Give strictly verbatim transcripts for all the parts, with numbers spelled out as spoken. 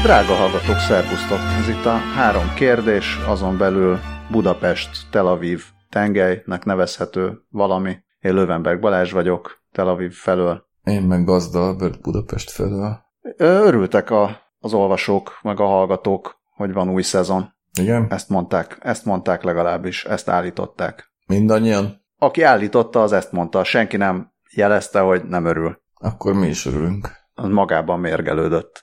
Drága hallgatók, szervusztok! Ez itt a három kérdés, azon belül Budapest, Tel Aviv tengelynek nevezhető valami. Én Löwenberg Balázs vagyok, Tel Aviv felől. Én meg Gazda Albert Budapest felől. Örültek a, az olvasók, meg a hallgatók, hogy van új szezon. Igen? Ezt mondták, ezt mondták legalábbis, ezt állították. Mindannyian? Aki állította, az ezt mondta. Senki nem jelezte, hogy nem örül. Akkor mi is örülünk. Az magában mérgelődött.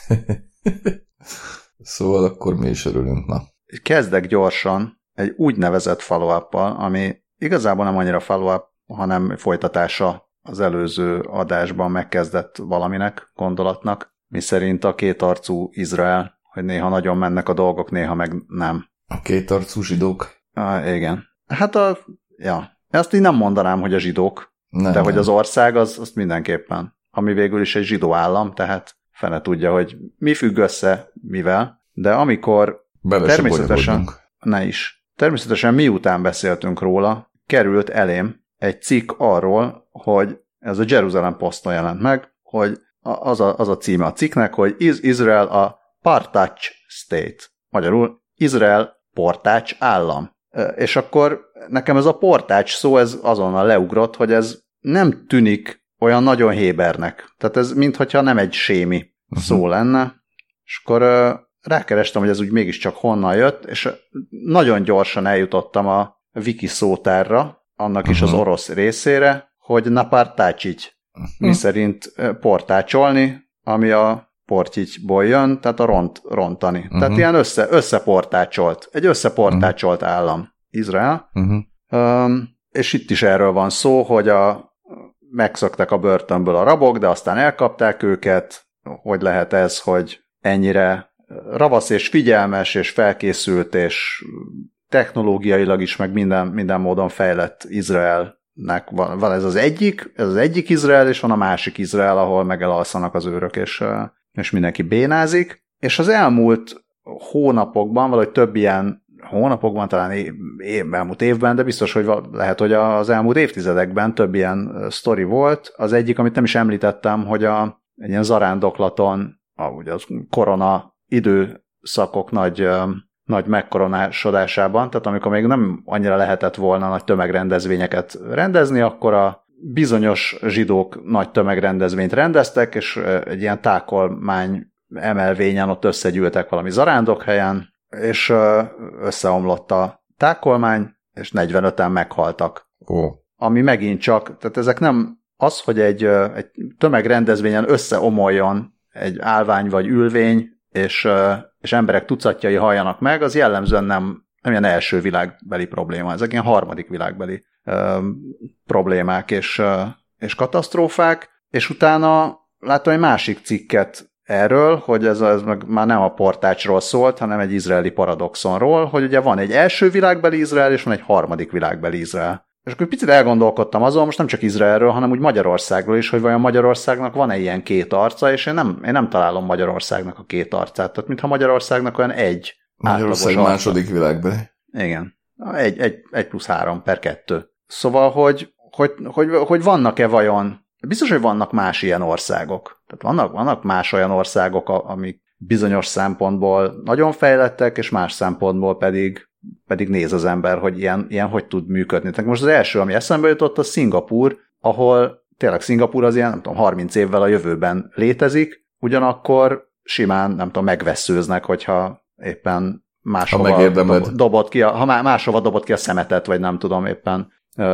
Szóval akkor mi is örülünk, na. Kezdek gyorsan egy úgynevezett follow-uppal, ami igazából nem annyira follow-up, hanem folytatása az előző adásban megkezdett valaminek, gondolatnak, miszerint a kétarcú Izrael, hogy néha nagyon mennek a dolgok, néha meg nem. A kétarcú zsidók? Ah, igen. Hát a... ja. Ezt így nem mondanám, hogy a zsidók, nem, de nem. Hogy az ország, az, azt mindenképpen. Ami végül is egy zsidó állam, tehát fene tudja, hogy mi függ össze mivel, de amikor Bele természetesen, ne is, természetesen miután beszéltünk róla, került elém egy cikk arról, hogy ez a Jerusalem Poston jelent meg, hogy az a, az a címe a cikknek, hogy Is Israel a Partach State. Magyarul Izrael portács állam. És akkor nekem ez a portács szó, ez azonnal leugrott, hogy ez nem tűnik olyan nagyon hébernek. Tehát ez minthogyha nem egy sémi uh-huh. szó lenne. És akkor uh, rákerestem, hogy ez úgy mégiscsak honnan jött, és nagyon gyorsan eljutottam a wiki szótárra, annak uh-huh. is az orosz részére, hogy napartácsigy, uh-huh. mi szerint portácsolni, ami a portyigyból jön, tehát a ront, rontani. Uh-huh. Tehát ilyen össze, összeportácsolt, egy összeportácsolt uh-huh. állam Izrael. Uh-huh. Um, és itt is erről van szó, hogy a megszöktek a börtönből a rabok, de aztán elkapták őket. Hogy lehet ez, hogy ennyire ravasz és figyelmes és felkészült és technológiailag is, meg minden, minden módon fejlett Izraelnek van, van ez az egyik, ez az egyik Izrael, és van a másik Izrael, ahol megelalszanak az őrök, és, és mindenki bénázik. És az elmúlt hónapokban, valahogy több ilyen hónapokban, talán év, év, elmúlt évben, de biztos, hogy lehet, hogy az elmúlt évtizedekben több ilyen sztori volt. Az egyik, amit nem is említettem, hogy a, egy ilyen zarándoklaton, ahogy az korona időszakok nagy, nagy megkoronásodásában, tehát amikor még nem annyira lehetett volna nagy tömegrendezvényeket rendezni, akkor a bizonyos zsidók nagy tömegrendezvényt rendeztek, és egy ilyen tákolmány emelvényen ott összegyűltek valami zarándokhelyen, és összeomlott a tákolmány, és negyvenöten meghaltak. Oh. Ami megint csak, tehát ezek nem az, hogy egy, egy tömegrendezvényen összeomoljon egy állvány vagy ülvény, és, és emberek tucatjai halljanak meg, az jellemzően nem, nem ilyen első világbeli probléma, ezek ilyen harmadik világbeli ö, problémák és, ö, és katasztrófák, és utána láttam egy másik cikket erről, hogy ez, ez meg már nem a portácsról szólt, hanem egy izraeli paradoxonról, hogy ugye van egy első világbeli Izrael, és van egy harmadik világbeli Izrael. És akkor picit elgondolkodtam azon, most nem csak Izraelről, hanem úgy Magyarországról is, hogy vajon Magyarországnak van-e ilyen két arca, és én nem, én nem találom Magyarországnak a két arcát. Tehát mintha Magyarországnak olyan egy Magyarország második világbeli. Igen. Egy, egy, egy plusz három per kettő. Szóval, hogy, hogy, hogy, hogy vannak-e vajon, biztos, hogy vannak más ilyen országok. Tehát vannak, vannak más olyan országok, amik bizonyos szempontból nagyon fejlettek, és más szempontból pedig pedig néz az ember, hogy ilyen, ilyen hogy tud működni. Tehát most az első, ami eszembe jutott, az Szingapúr, ahol tényleg Szingapúr az ilyen, nem tudom, harminc évvel a jövőben létezik, ugyanakkor simán, nem tudom, megveszőznek, hogyha éppen máshova dobott, dobott ki, a, ha máshova dobott ki a szemetet, vagy nem tudom, éppen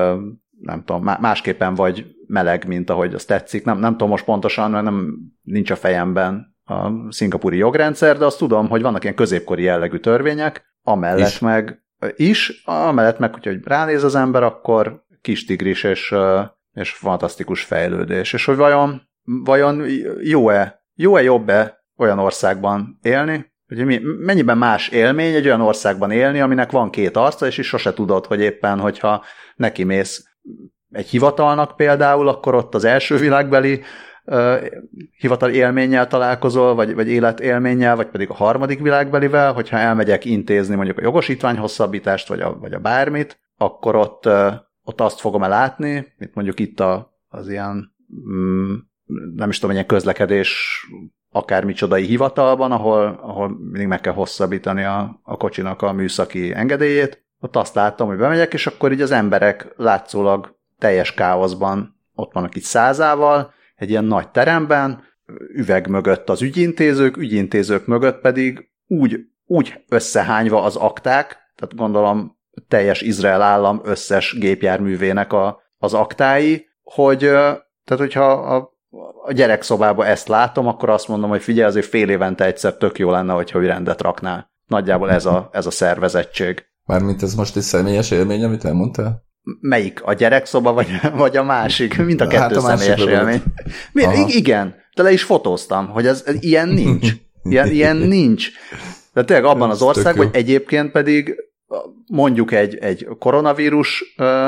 nem tudom, másképpen vagy meleg, mint ahogy az tetszik. Nem, nem tudom most pontosan, mert nem nincs a fejemben a szingapúri jogrendszer, de azt tudom, hogy vannak ilyen középkori jellegű törvények, amellett is. meg is, amellett meg, hogy ránéz az ember, akkor kis tigris és, és fantasztikus fejlődés. És hogy vajon, vajon jó-e, jó-e jobb-e olyan országban élni? Hogy mennyiben más élmény egy olyan országban élni, aminek van két arca, és is sose tudod, hogy éppen, hogyha nekimész egy hivatalnak például, akkor ott az első világbeli Uh, hivatal élménnyel találkozol, vagy, vagy életélménnyel, vagy pedig a harmadik világbelivel, hogyha elmegyek intézni mondjuk a jogosítvány hosszabbítást, vagy a, vagy a bármit, akkor ott, uh, ott azt fogom elátni, mint mondjuk itt a, az ilyen mm, nem is tudom, ilyen közlekedés akármicsodai hivatalban, ahol, ahol mindig meg kell hosszabbítani a, a kocsinak a műszaki engedélyét. Ott azt láttam, hogy bemegyek, és akkor így az emberek látszólag teljes káoszban ott vannak itt százával, egy ilyen nagy teremben, üveg mögött az ügyintézők, ügyintézők mögött pedig úgy, úgy összehányva az akták, tehát gondolom teljes Izrael állam összes gépjárművének a, az aktái, hogy tehát hogyha a, a gyerekszobában ezt látom, akkor azt mondom, hogy figyelj, azért fél évente egyszer tök jó lenne, hogyha ő rendet raknál. Nagyjából ez a, ez a szervezettség. Mármint ez most egy személyes élmény, amit elmondtál? Melyik? A gyerekszoba, vagy, vagy a másik? Mind a kettő hát a személyes élmény. Mi, igen, de le is fotóztam, hogy ez, ez ilyen nincs. Ilyen, ilyen nincs. De tényleg abban az országban, hogy egyébként pedig mondjuk egy, egy koronavírus ö,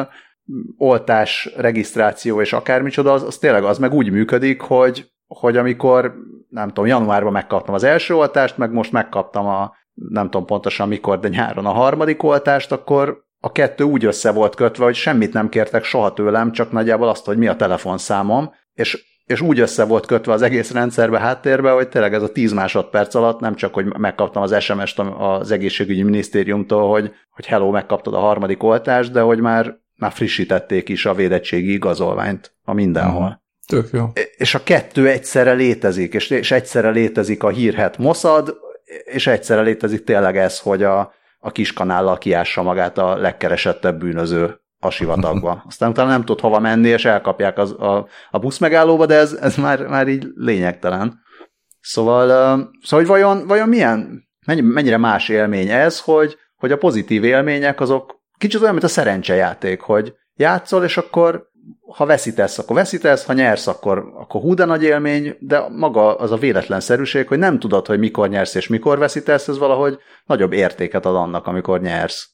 oltás, regisztráció és akármicsoda, az, az tényleg az meg úgy működik, hogy, hogy amikor, nem tudom, januárban megkaptam az első oltást, meg most megkaptam a, nem tudom pontosan mikor, de nyáron a harmadik oltást, akkor a kettő úgy össze volt kötve, hogy semmit nem kértek soha tőlem, csak nagyjából azt, hogy mi a telefonszámom, és, és úgy össze volt kötve az egész rendszerbe, háttérbe, hogy tényleg ez a tíz másodperc alatt nem csak, hogy megkaptam az es em est az egészségügyi minisztériumtól, hogy, hogy hello, megkaptad a harmadik oltást, de hogy már, már frissítették is a védettségi igazolványt a mindenhol. Tök jó. És a kettő egyszerre létezik, és, és egyszerre létezik a hírhet Mossad, és egyszerre létezik tényleg ez, hogy a, a kiskanállal kiássa magát a legkeresettebb bűnöző a sivatagba. Aztán utána nem tud hova menni, és elkapják az, a, a buszmegállóba, de ez, ez már, már így lényegtelen. Szóval, uh, szóval hogy vajon, vajon milyen, mennyire más élmény ez, hogy, hogy a pozitív élmények azok kicsit olyan, mint a szerencsejáték, hogy játszol, és akkor ha veszítesz, akkor veszítesz, ha nyersz, akkor, akkor hú de nagy élmény, de maga az a véletlenszerűség, hogy nem tudod, hogy mikor nyersz és mikor veszítesz, ez valahogy nagyobb értéket ad annak, amikor nyersz.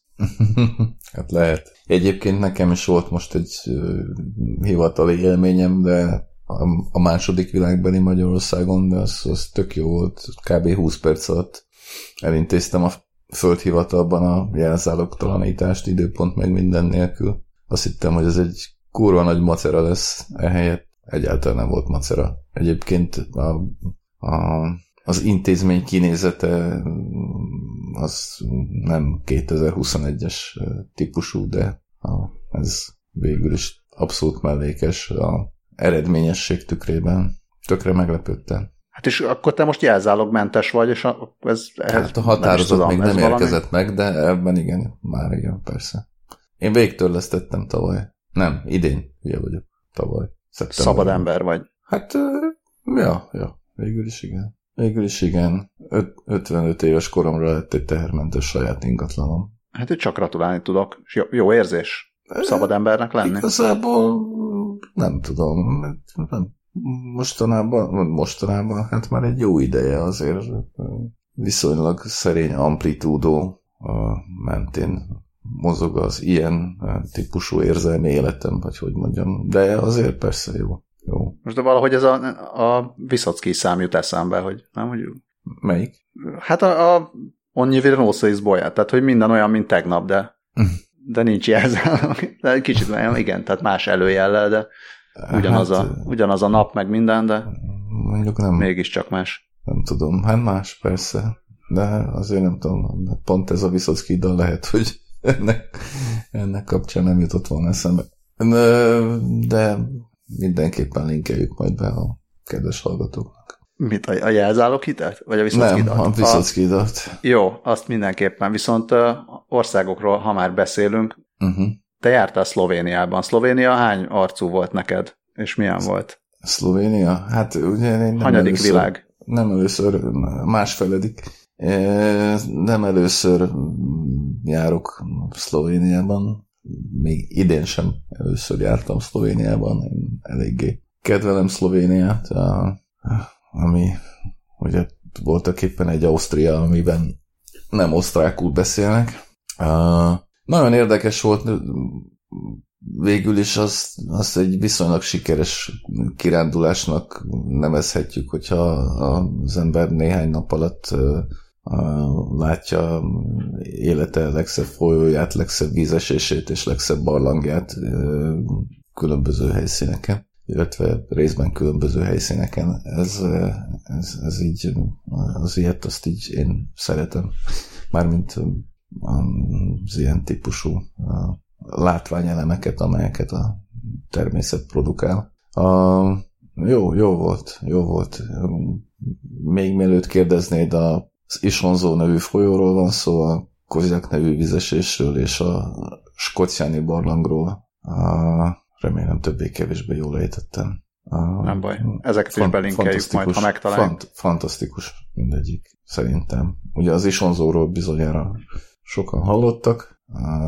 Hát lehet. Egyébként nekem is volt most egy uh, hivatali élményem, de a, a második világbeli Magyarországon, de az, az tök jó volt. Kb. húsz perc alatt elintéztem a földhivatalban a jelzálogtalanítást, időpont meg minden nélkül. Azt hittem, hogy ez egy kurva nagy macera lesz, ehelyett egyáltalán nem volt macera. Egyébként a, a, az intézmény kinézete az nem kétezer-huszonegyes típusú, de a, ez végül is abszolút mellékes a eredményesség tükrében. Tökre meglepődtem. Hát és akkor te most jelzálogmentes vagy, és a, ez... Hát a határozat nem még nem érkezett valami? Meg, de ebben igen, már igen, persze. Én végtörlesztettem tavaly. Nem, idén, ugye vagyok, tavaly. Szabad ember vagy. Hát, ja, ja, végül is igen. Végül is igen. Öt, ötvenöt éves koromra lett egy tehermentes saját ingatlanom. Hát, hogy csak gratulálni tudok. Jó, jó érzés szabad embernek lenni? Igazából nem tudom. Nem. Mostanában, mostanában, hát már egy jó ideje azért viszonylag szerény amplitúdó mentén mozog az ilyen típusú érzelmi életem, vagy hogy mondjam, de azért persze jó. jó. Most de valahogy ez a, a Viszocki szám jut eszembe, hogy nem, hogy... Melyik? Hát a, a Ogni Virnosa is bolyát, tehát hogy minden olyan, mint tegnap, de, de nincs jelzálog. De kicsit olyan, igen, tehát más előjellel, de ugyanaz, hát, a, ugyanaz a nap, meg minden, de mondjuk nem, mégiscsak más. Nem tudom, hát más persze, de azért nem tudom, pont ez a Viszocki dal lehet, hogy ennek, ennek kapcsán nem jutott volna eszembe. De mindenképpen linkeljük majd be a kedves hallgatóknak. Mit, a, a jelzálog hitelt? Vagy a Viszocki dalt? Nem, a Viszocki dalt. Jó, azt mindenképpen. Viszont országokról, ha már beszélünk, uh-huh. Te jártál Szlovéniában. Szlovénia hány arcú volt neked? És milyen volt? Szlovénia? Hát ugye én nem hanyadik először, világ? Nem először, másfeledik. Nem először járok Szlovéniában. Még idén sem először jártam Szlovéniában. Én eléggé kedvelem Szlovéniát, ami ugye voltak éppen egy Ausztria, amiben nem osztrákul beszélnek. Nagyon érdekes volt, végül is azt, azt egy viszonylag sikeres kirándulásnak nevezhetjük, hogyha az ember néhány nap alatt látja élete legszebb folyóját, legszebb vízesését és legszebb barlangját különböző helyszíneken, illetve részben különböző helyszíneken. Ez, ez, ez így, az ilyet, azt így én szeretem. Mármint az ilyen típusú látványelemeket, amelyeket a természet produkál. A, jó, jó volt, jó volt. Még mielőtt kérdeznéd, az Isonzo nevű folyóról van szó, a Kozyak nevű vizesésről és a Skociáni barlangról. A, remélem többé-kevésbé jól ejtettem. A, Nem baj, ezeket is belinkeljük majd, ha megtaláljuk. Fant, fantasztikus mindegyik, szerintem. Ugye az Isonzóról bizonyára sokan hallottak,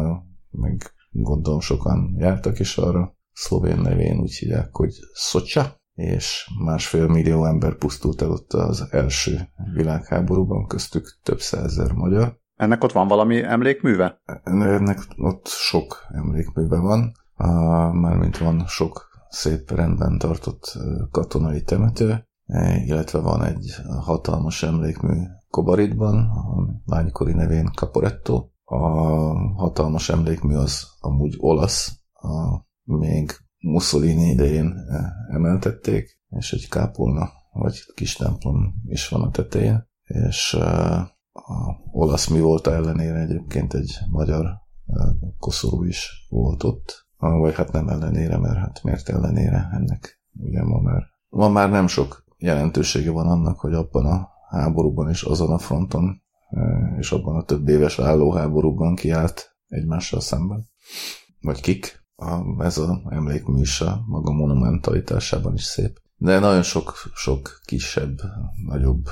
meg gondolom sokan jártak is arra. Szlovén nevén úgy hívják, hogy Szocsa, és másfél millió ember pusztult el ott az első világháborúban, köztük több százezer magyar. Ennek ott van valami emlékműve? Ennek ott sok emlékműve van, mármint van sok szép rendben tartott katonai temető, illetve van egy hatalmas emlékmű Kobaridban, a lánykori nevén Caporetto. A hatalmas emlékmű az amúgy olasz, a, még Mussolini idején emeltették, és egy kápolna, vagy kis templom is van a tetején, és a olasz mi volt ellenére egyébként egy magyar koszorú is volt ott, vagy hát nem ellenére, mert hát miért ellenére ennek, ugye ma már, ma már nem sok jelentősége van annak, hogy abban a háborúban és azon a fronton, és abban a több éves állóháborúban kiállt egymással szemben. Vagy kik. A, ez az emlékmű is a maga monumentalitásában is szép. De nagyon sok, sok kisebb, nagyobb,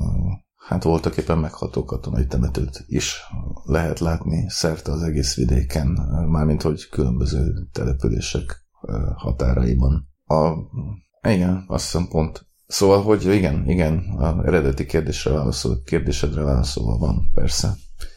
hát voltak éppen megható katonai temetőt is lehet látni szerte az egész vidéken, mármint hogy különböző települések határaiban. A, igen, azt hiszem pont. Szóval, hogy igen, igen, az eredeti kérdésre válaszol, kérdésedre válaszolva van, persze.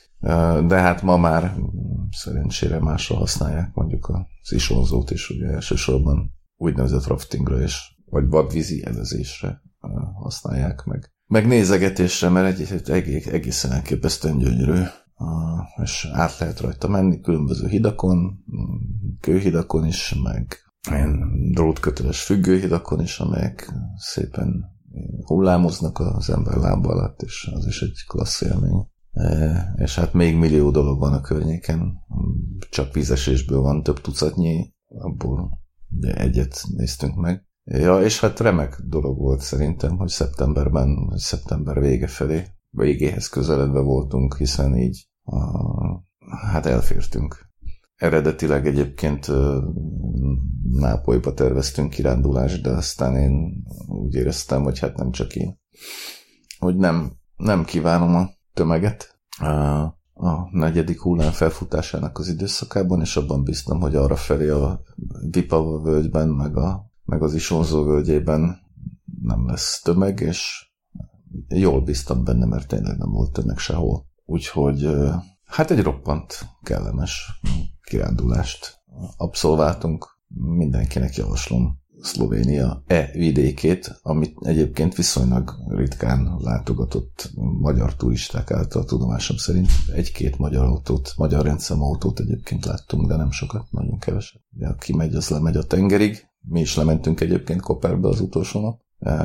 De hát ma már szerencsére másra használják, mondjuk az Isonzót is, ugye elsősorban úgynevezett raftingra és vagy vadvízi elezésre használják meg. Meg nézegetésre, mert egy, egy egész, egészen elképesztően gyönyörű, és át lehet rajta menni különböző hidakon, kőhidakon is, meg ilyen drótköteles függőhidakon is, amelyek szépen hullámoznak az ember lába alatt, és az is egy klassz élmény. E, és hát még millió dolog van a környéken, csak vízesésből van több tucatnyi, abból ugye egyet néztünk meg. Ja, és hát remek dolog volt szerintem, hogy szeptemberben, vagy szeptember vége felé, végéhez közeledve voltunk, hiszen így a, hát elfértünk. Eredetileg egyébként Nápolyba terveztünk kirándulást, de aztán én úgy éreztem, hogy hát nem csak én, hogy nem, nem kívánom a tömeget a negyedik hullám felfutásának az időszakában, és abban bíztam, hogy arra felé a Vipava völgyben, meg, a, meg az Isonzo völgyében nem lesz tömeg, és jól bíztam benne, mert tényleg nem volt tömeg sehol. Úgyhogy hát egy roppant kellemes kirándulást abszolváltunk. Mindenkinek javaslom Szlovénia e vidékét, amit egyébként viszonylag ritkán látogatott magyar turisták által, tudomásom szerint egy-két magyar autót, magyar rendszámautót egyébként láttunk, de nem sokat, nagyon keveset. De aki megy, az lemegy a tengerig. Mi is lementünk egyébként Koperbe az utolsó nap,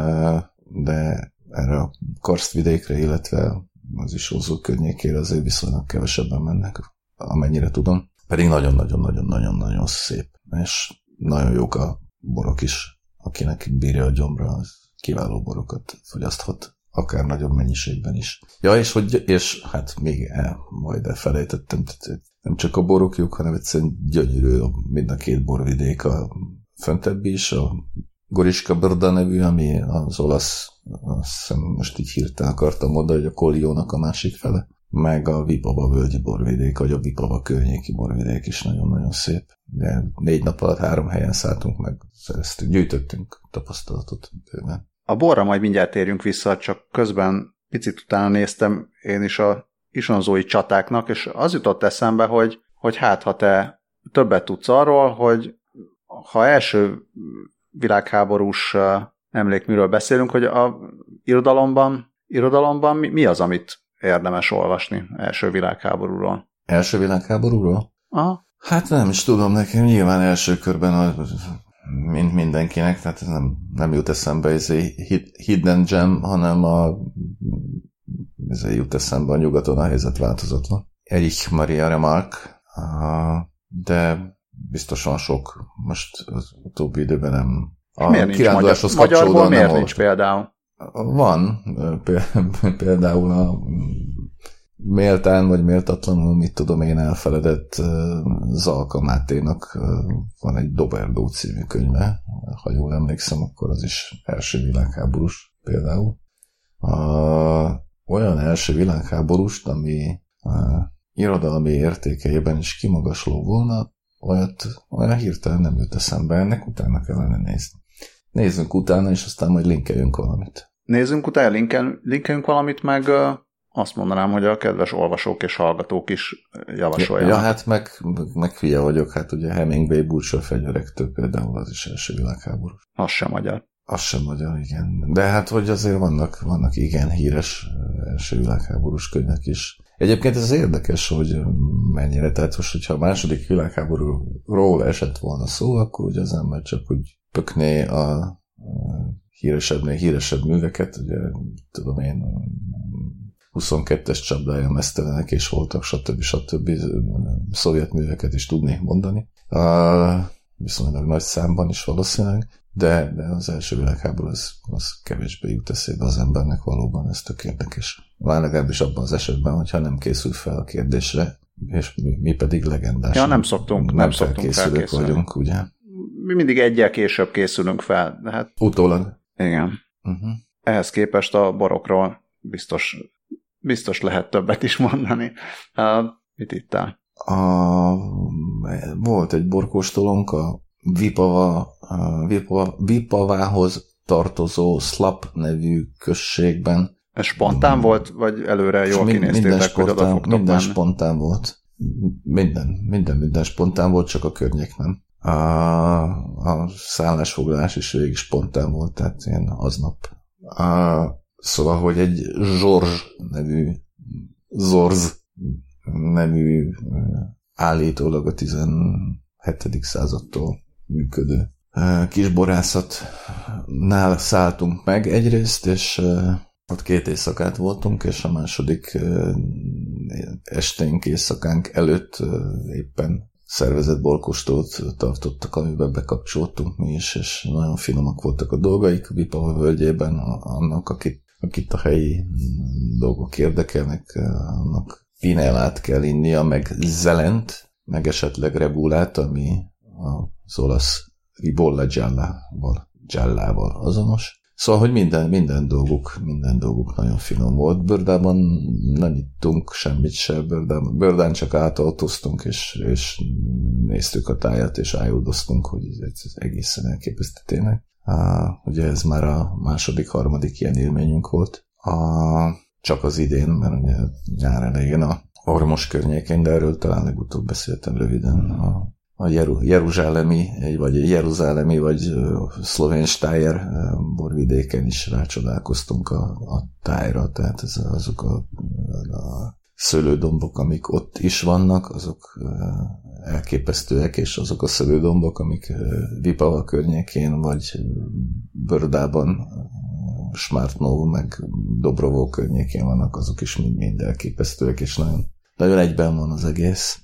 de erre a karsztvidékre, illetve az Isonzo környékére azért viszonylag kevesebben mennek, amennyire tudom. Pedig nagyon-nagyon-nagyon-nagyon-nagyon szép. És nagyon jók a borok is. Akinek bírja a gyomra, az kiváló borokat fogyaszthat, akár nagyobb mennyiségben is. Ja, és, hogy, és hát még el, majd elfelejtettem, nem csak a borok jók, hanem egyszerűen gyönyörű mind a két borvidék, a föntebbi is, a Goriška Brda nevű, ami az olasz, azt hiszem most így hirtelen akartam mondani, hogy a Koljónak a másik fele, meg a Vipava völgyi borvidék, vagy a Vipava környéki borvidék is nagyon-nagyon szép. De négy nap alatt három helyen szálltunk meg, szereztünk, gyűjtöttünk tapasztalatot bőven. A borra majd mindjárt térjünk vissza, csak közben picit utána néztem én is a isonzói csatáknak, és az jutott eszembe, hogy, hogy hát ha te többet tudsz arról, hogy ha első világháborús emlékműről beszélünk, hogy a irodalomban, irodalomban mi, mi az, amit érdemes olvasni első világháborúról? Első világháborúról? Aha. Hát nem is tudom, nekem nyilván első körben a mint mindenkinek, tehát ez nem, nem jut eszembe ez egy Hidden Gem, hanem a, ez jut eszembe a nyugaton a helyzet változatlan. Erich Maria Remarque, de biztosan sok, most az utóbbi időben nem. A kiránduláshoz kapcsolódóan miért nem nincs például? Van, például a méltán vagy méltatlanul, mit tudom én, elfeledett Zalka Máténak van egy Doberdó című könyve, ha jól emlékszem, akkor az is első világháborús például. A, olyan első világháborúst, ami a irodalmi értékeiben is kimagasló volna, olyat, olyan hirtelen nem jut eszembe, ennek utána kellene nézni. Nézzünk utána, és aztán majd linkeljünk valamit. Nézzünk utána, linkel, linkeljünk valamit, meg azt mondanám, hogy a kedves olvasók és hallgatók is javasoljanak. Ja, ja hát meg, meg hülye vagyok, hát ugye Hemingway Búcsú a fegyverektől például az is első világháború. Az sem magyar. Az sem magyar, igen. De hát, hogy azért vannak, vannak igen híres első világháborús könyvek is. Egyébként ez érdekes, hogy mennyire, tehát most, hogyha a második világháborúról esett volna szó, akkor ugye az ember csak úgy pökné a híresebbnél híresebb műveket, ugye tudom én, huszonkettes csapdája mesztelenek és voltak, stb. stb. Szovjet műveket is tudnék mondani. Viszonylag nagy számban is valószínűleg, de, de az első világháború az, az kevésbé jut eszébe az embernek valóban, ez tök érdekes. Már legalábbis abban az esetben, hogyha nem készül fel a kérdésre, és mi, mi pedig legendás. Ja, nem szoktunk, nem, nem szoktunk felkészülni. Vagyunk, ugye? Mi mindig egyel később készülünk fel. De hát... Utólag. Igen. Uh-huh. Ehhez képest a borokról biztos, biztos lehet többet is mondani. Uh, mit ittál? A, volt egy borkóstolónk a Vipava, a Vipava, Vipavához tartozó Slap nevű községben. Ez spontán hmm. volt, vagy előre jól mind, kinéztétek, hogy oda fogtok Minden menni? spontán volt. Minden, minden, minden spontán volt, csak a környék nem. A, a szállásfoglalás is végig spontán volt, tehát ilyen aznap. A, szóval, hogy egy Zsorzs nevű, Zorz nevű állítólag a tizenhetedik századtól működő kisborászatnál szálltunk meg egyrészt, és ott két éjszakát voltunk, és a második esténk, éjszakánk előtt éppen szervezett borkóstolót tartottak, amiben bekapcsoltunk mi is, és nagyon finomak voltak a dolgaik Vipava völgyében, annak, akit, akit a helyi dolgok érdekelnek, annak pinellát kell innia, meg zelent, meg esetleg rebulát, ami az olasz ribolla giallával, giallával azonos. Szóval, hogy minden, minden dolguk, minden dolguk nagyon finom volt. Bördában nem ittunk semmit se, Bördán, Bördán csak átautóztunk, és, és néztük a tájat, és ájódoztunk, hogy ez, ez egészen elképesztő tényleg. Ugye ez már a második, harmadik ilyen élményünk volt. A, csak az idén, mert ugye nyár elején a Ormos környékén, de erről talán legutóbb beszéltem röviden, a a jeruzsálemi, vagy jeruzsálemi, vagy szlovén Stájer borvidéken is rácsodálkoztunk a, a tájra, tehát ez, azok a, a szőlődombok, amik ott is vannak, azok elképesztőek, és azok a szőlődombok, amik Vipava környékén, vagy Bördában, Smártnó, meg Dobrovó környékén vannak, azok is mind-mind elképesztőek, és nagyon, nagyon egyben van az egész.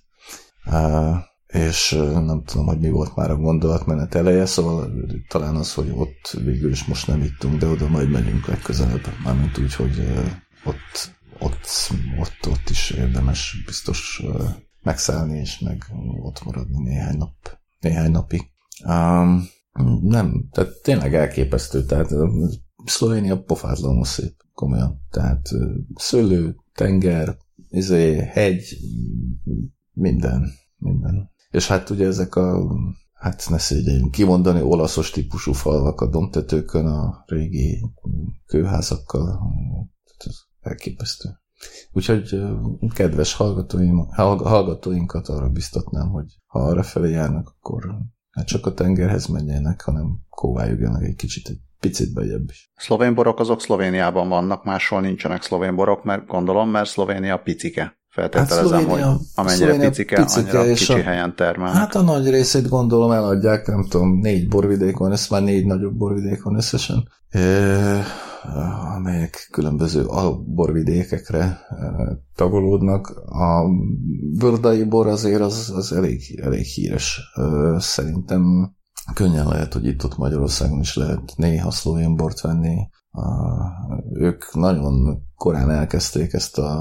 És nem tudom, hogy mi volt már a gondolatmenet eleje, szóval talán az, hogy ott végül is most nem ittunk, de oda majd megyünk legközelebb, mármint úgy, hogy ott, ott, ott, ott is érdemes biztos megszállni, és meg ott maradni néhány nap, néhány napig. Um, nem, tehát tényleg elképesztő, tehát Szlovénia pofátlanul szép, komolyan, tehát szőlő, tenger, izé, hegy, minden, minden. És hát ugye ezek a, hát ne szégyeljünk kimondani, olaszos típusú falvak a dombtetőkön, a régi kőházakkal, ez elképesztő. Úgyhogy kedves hallgatóim, hallgatóinkat arra biztatnám, hogy ha arra felé járnak, akkor ne csak a tengerhez menjenek, hanem kóvályogjanak egy kicsit, egy picit bejebb is. Szlovén borok azok Szlovéniában vannak, máshol nincsenek szlovén borok, mert gondolom, mert Szlovénia picike. feltételezem, hát hogy amennyire picike, picike, annyira kicsi a, helyen termelnek. Hát a nagy részét gondolom eladják, nem tudom, négy borvidék van, ez már négy nagyobb borvidék van összesen, e, amelyek különböző alborvidékekre e, tagolódnak. A bördai bor azért az, az elég, elég híres. E, szerintem könnyen lehet, hogy itt-ott Magyarországon is lehet néha szlovén bort venni. Uh, ők nagyon korán elkezdték ezt a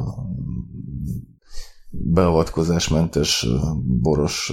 beavatkozásmentes boros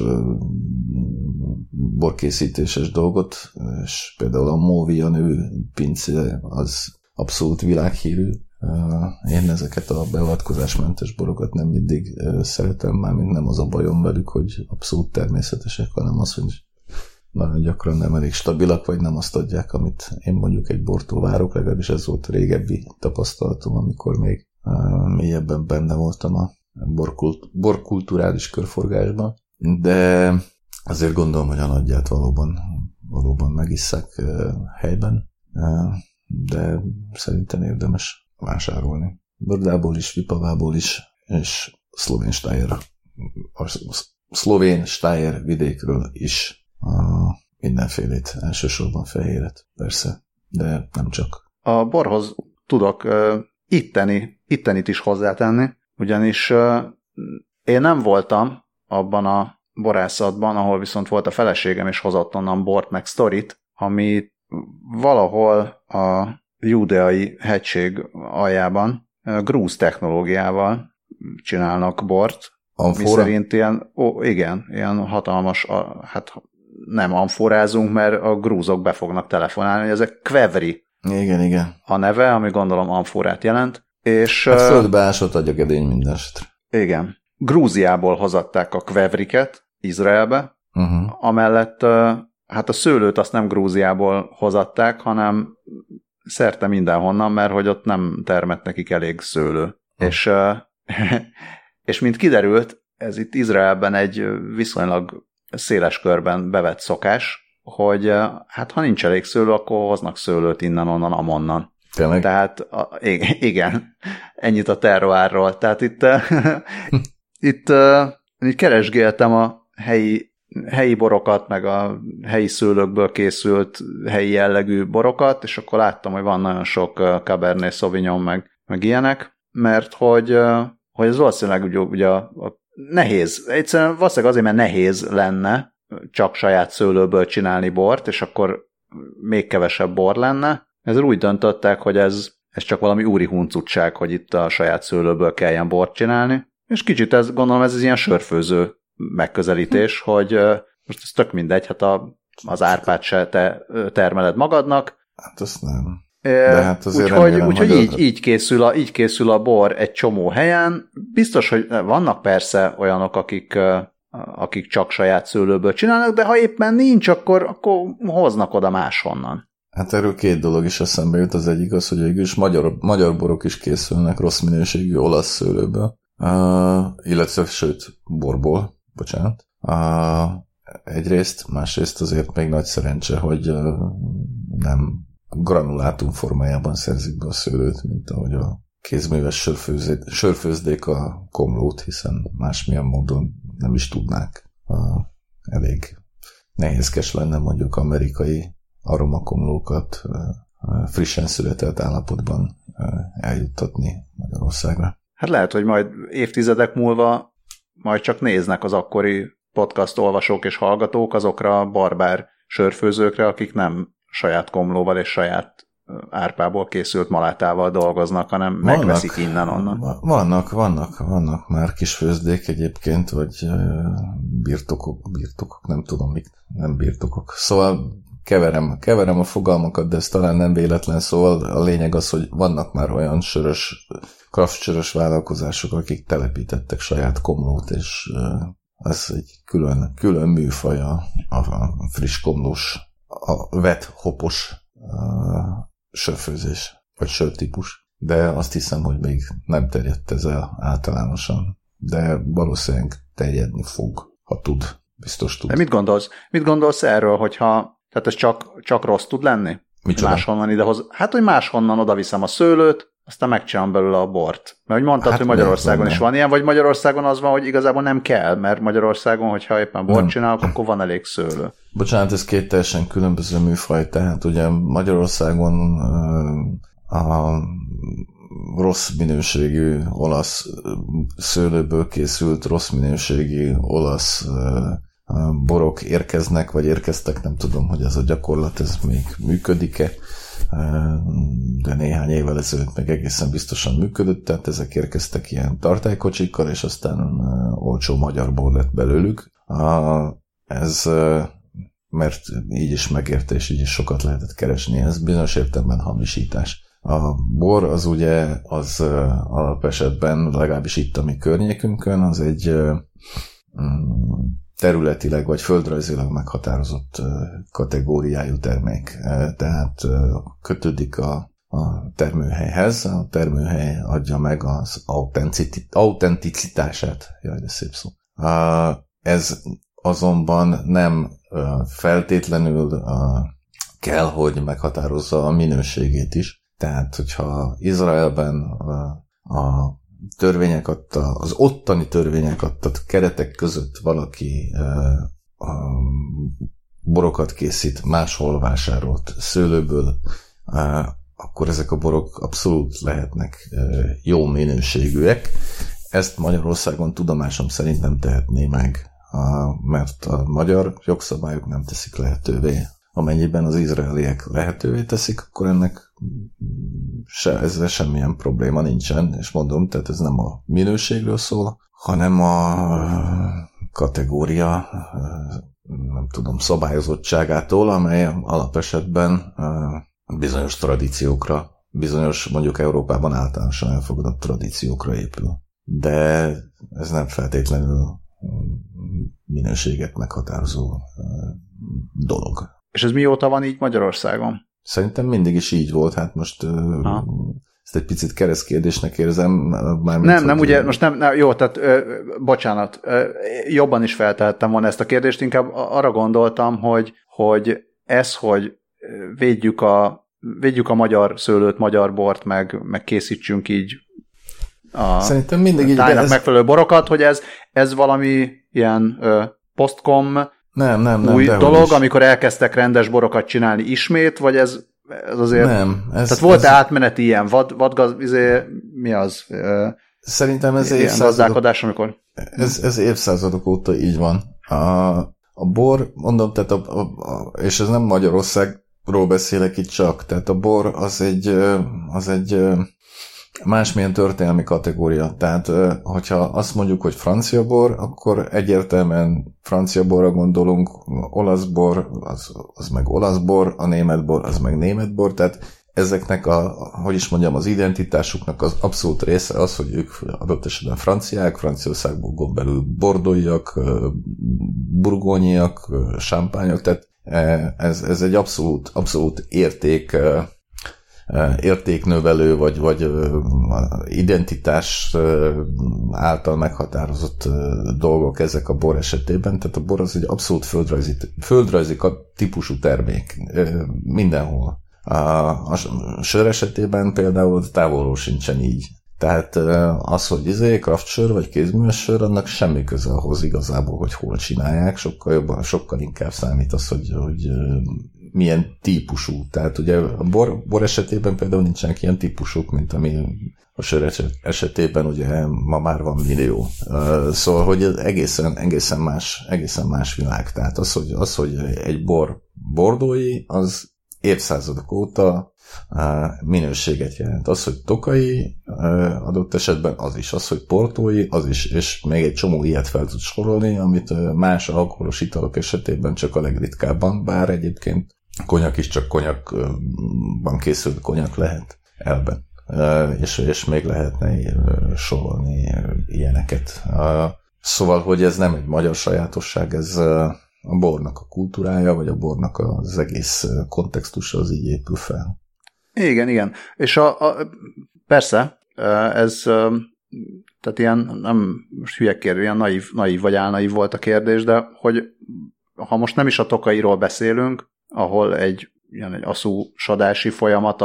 borkészítéses dolgot, és például a Móvia nevű pince az abszolút világhírű. Uh, én ezeket a beavatkozásmentes borokat nem mindig uh, szeretem, mármint nem az a bajom velük, hogy abszolút természetesek, hanem az, hogy nagyon gyakran nem elég stabilak, vagy nem azt adják, amit én mondjuk egy bortól várok, legalábbis ez volt a régebbi tapasztalatom, amikor még uh, mélyebben benne voltam a borkult, borkulturális körforgásban, de azért gondolom, hogy a nagyját valóban, valóban megisszák uh, helyben, uh, de szerintem érdemes vásárolni. Bördából is, Vipavából is, és szlovén Stájer, a szlovén Stájer vidékről is. Uh, mindenfélét, elsősorban fehéret, persze, de nem csak. A borhoz tudok uh, itteni, ittenit is hozzátenni, ugyanis uh, én nem voltam abban a borászatban, ahol viszont volt a feleségem, és hozott onnan bort meg sztorit, ami valahol a Júdeai hegység aljában uh, grúz technológiával csinálnak bort, Amfora? Mi szerint ilyen, ó, igen, ilyen hatalmas, hát nem amforázunk, mert a grúzok be fognak telefonálni, ezek kvevri. Igen, igen. A neve, ami gondolom amforát jelent. És, hát földbe ásott agyagedény minden esetre. Igen. Grúziából hozatták a kvevriket Izraelbe, uh-huh. Amellett hát a szőlőt azt nem Grúziából hozatták, hanem szerte mindenhonnan, mert hogy ott nem termett nekik elég szőlő. Uh-huh. És, és mint kiderült, ez itt Izraelben egy viszonylag széles körben bevett szokás, hogy hát ha nincs elég szőlő, akkor hoznak szőlőt innen, onnan, amonnan. Tényleg? Tehát a, igen, ennyit a terroárról. Tehát itt, itt így keresgéltem a helyi, helyi borokat, meg a helyi szőlőkből készült helyi jellegű borokat, és akkor láttam, hogy van nagyon sok Cabernet Sauvignon, meg, meg ilyenek, mert hogy, hogy ez valószínűleg ugye, ugye a, a nehéz. Egyszerűen valószínűleg azért, mert nehéz lenne csak saját szőlőből csinálni bort, és akkor még kevesebb bor lenne. Ezért úgy döntöttek, hogy ez, ez csak valami úri huncutság, hogy itt a saját szőlőből kelljen bort csinálni. És kicsit ez, gondolom, ez az ilyen sörfőző megközelítés, hm. hogy most ez tök mindegy, hát a, az árpát se te termeled magadnak. Hát azt nem. De hát úgyhogy úgy, így, így, készül a, így készül a bor egy csomó helyen. Biztos, hogy vannak persze olyanok, akik, akik csak saját szőlőből csinálnak, de ha éppen nincs, akkor, akkor hoznak oda máshonnan. Hát erről két dolog is eszembe jut. Az egyik az, hogy végülis magyar, magyar borok is készülnek rossz minőségű olasz szőlőből, uh, illetve sőt, borból, bocsánat. Uh, egyrészt, másrészt azért még nagy szerencse, hogy uh, nem granulátum formájában szerzik be a szőlőt, mint ahogy a kézműves sörfőzdék a komlót, hiszen másmilyen módon nem is tudnák. Uh, elég nehézkes lenne mondjuk amerikai aromakomlókat uh, frissen született állapotban uh, eljuttatni Magyarországra. Hát lehet, hogy majd évtizedek múlva majd csak néznek az akkori podcast olvasók és hallgatók azokra a barbár sörfőzőkre, akik nem saját komlóval és saját árpából készült malátával dolgoznak, hanem vannak, megveszik innen-onnan. Vannak, vannak, vannak már kis főzdék egyébként, vagy birtokok, birtokok, nem tudom mik, nem birtokok. Szóval keverem, keverem a fogalmakat, de ez talán nem véletlen, szóval a lényeg az, hogy vannak már olyan sörös, kraftsörös vállalkozások, akik telepítettek saját komlót, és ez egy külön, külön műfaj a, a friss komlós, a wet hopos uh, sörfőzés, vagy sörtípus. De azt hiszem, hogy még nem terjedt ez el általánosan. De valószínűleg terjedni fog, ha tud. Biztos tud. De mit gondolsz? Mit gondolsz erről, hogyha tehát ez csak, csak rossz tud lenni? Micsoda? Máshonnan idehoz. Hát, hogy máshonnan oda viszem a szőlőt, aztán megcsinálom belőle a bort. Mert hogy mondtad, hát hogy Magyarországon is van ilyen, vagy Magyarországon az van, hogy igazából nem kell, mert Magyarországon, hogyha éppen bort nem. csinálok, akkor van elég szőlő. Bocsánat, ez két teljesen különböző műfaj, tehát ugye Magyarországon a rossz minőségű olasz szőlőből készült rossz minőségű olasz borok érkeznek, vagy érkeztek, nem tudom, hogy ez a gyakorlat, ez még működik-e, de néhány évvel ezelőtt meg egészen biztosan működött, tehát ezek érkeztek ilyen tartálykocsikkal, és aztán olcsó magyar bor lett belőlük. Ez, mert így is megérte, és így is sokat lehetett keresni, ez bizonyos értelemben hamisítás. A bor az ugye az alapesetben, legalábbis itt a mi környékünkön, az egy területileg vagy földrajzilag meghatározott kategóriájú termék. Tehát kötődik a, a termőhelyhez, a termőhely adja meg az autenticitását. Jaj, de szép szó. Ez azonban nem feltétlenül kell, hogy meghatározza a minőségét is. Tehát, hogyha Izraelben a törvények adta, az ottani törvények adta keretek között valaki borokat készít máshol vásárolt szőlőből, akkor ezek a borok abszolút lehetnek jó minőségűek. Ezt Magyarországon tudomásom szerint nem tehetné meg, mert a magyar jogszabályok nem teszik lehetővé. Amennyiben az izraeliek lehetővé teszik, akkor ennek se, ezzel semmilyen probléma nincsen, és mondom, tehát ez nem a minőségről szól, hanem a kategória, nem tudom, szabályozottságától, amely alapesetben bizonyos tradíciókra, bizonyos mondjuk Európában általánosan elfogadott tradíciókra épül. De ez nem feltétlenül minőséget meghatározó dolog. És ez mióta van így Magyarországon? Szerintem mindig is így volt, hát most ha. Ezt egy picit keresztkérdésnek érzem. Mármint, nem, nem, ugye, most nem, nem, jó, tehát ö, bocsánat, ö, jobban is feltehettem volna ezt a kérdést, inkább arra gondoltam, hogy, hogy ez, hogy védjük a, védjük a magyar szőlőt, magyar bort, meg, meg készítsünk így a Szerintem mindig így, tájnak ez... megfelelő borokat, hogy ez, ez valami ilyen ö, postcom nem, nem, nem, új dolog, amikor elkezdtek rendes borokat csinálni ismét, vagy ez, ez azért... Nem. Ez, tehát volt-e ez... átmeneti ilyen vad, vadgaz... Izé, mi az? Szerintem ez ilyen gazdálkodás, amikor... Ez, ez évszázadok óta így van. A, a bor, mondom, tehát a, a, a, és ez nem Magyarországról beszélek itt csak, tehát a bor az egy, az egy másmilyen történelmi kategória. Tehát, hogyha azt mondjuk, hogy francia bor, akkor egyértelműen francia borra gondolunk, olasz bor, az, az meg olasz bor, a német bor, az meg német bor, tehát ezeknek a, hogy is mondjam, az identitásuknak az abszolút része az, hogy ők adott esetben franciák, Franciaországból belül bordóiak, burgonyiak, sámpányok, tehát ez, ez egy abszolút, abszolút érték, értéknövelő, vagy, vagy identitás által meghatározott dolgok ezek a bor esetében. Tehát a bor az egy abszolút földrajzi, földrajzi típusú termék mindenhol. A, a sör esetében például távolról sincsen így. Tehát az, hogy izé, kraftsör vagy kézműves sör, annak semmi köze ahhoz igazából, hogy hol csinálják, sokkal jobban, sokkal inkább számít az, hogy, hogy milyen típusú. Tehát ugye a bor, bor esetében például nincsenek ilyen típusuk, mint ami a sör esetében ugye ma már van millió. Szóval, hogy ez egészen, egészen, más, egészen más világ. Tehát az, hogy, az, hogy egy bor bordói, az évszázadok óta minőséget jelent. Az, hogy tokai adott esetben az is, az, hogy portói az is, és még egy csomó ilyet fel tud sorolni, amit más alkoholos italok esetében csak a legritkábban, bár egyébként konyak is csak konyakban készült konyak lehet elben. És, és még lehetne sorolni ilyeneket. Szóval, hogy ez nem egy magyar sajátosság, ez a bornak a kultúrája, vagy a bornak az egész kontextusa az így épül fel. Igen, igen. És a, a, persze, ez tehát ilyen, nem most hülye kérdés, ilyen naív, naív vagy álnaív volt a kérdés, de hogy ha most nem is a tokairól beszélünk, ahol egy, ilyen egy asszúsadási folyamat az,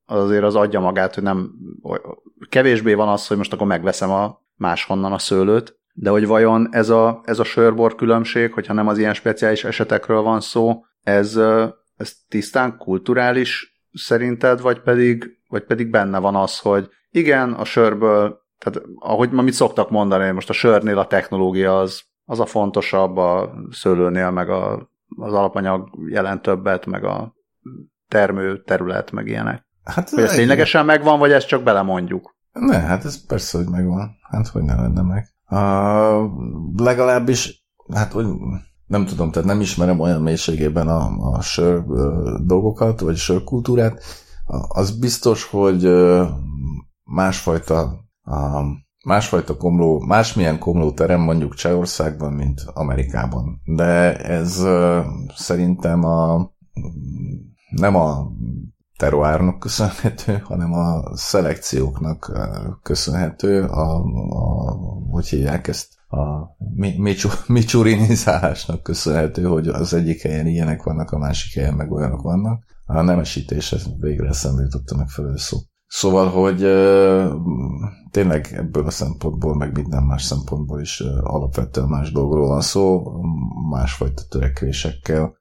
az azért az adja magát, hogy nem kevésbé van az, hogy most akkor megveszem a máshonnan a szőlőt, de hogy vajon ez a, ez a sör-bor különbség, hogyha nem az ilyen speciális esetekről van szó, ez, ez tisztán kulturális szerinted, vagy pedig, vagy pedig benne van az, hogy igen, a sörből, tehát ahogy amit szoktak mondani, most a sörnél a technológia az, az a fontosabb, a szőlőnél meg a, az alapanyag jelent többet, meg a termő terület, meg ilyenek. Hát hogy ez ténylegesen megvan, vagy ezt csak belemondjuk? Ne, hát ez persze, hogy megvan. Hát hogy ne lenne meg. Uh, legalábbis, hát hogy nem tudom, tehát nem ismerem olyan mélységében a, a sör uh, dolgokat, vagy sörkultúrát. Uh, az biztos, hogy uh, másfajta uh, másfajta komló, másmilyen komlóterem mondjuk Csehországban, mint Amerikában. De ez uh, szerintem a nem a terroárnak köszönhető, hanem a szelekcióknak köszönhető, a, a hogy hívják ezt, a micsurinizálásnak köszönhető, hogy az egyik helyen ilyenek vannak, a másik helyen meg olyanok vannak. A nemesítés, ez végre eszembe jutott a megfelelő szó. Szóval, hogy tényleg ebből a szempontból, meg minden más szempontból is alapvetően más dolgról van szó, másfajta törekvésekkel,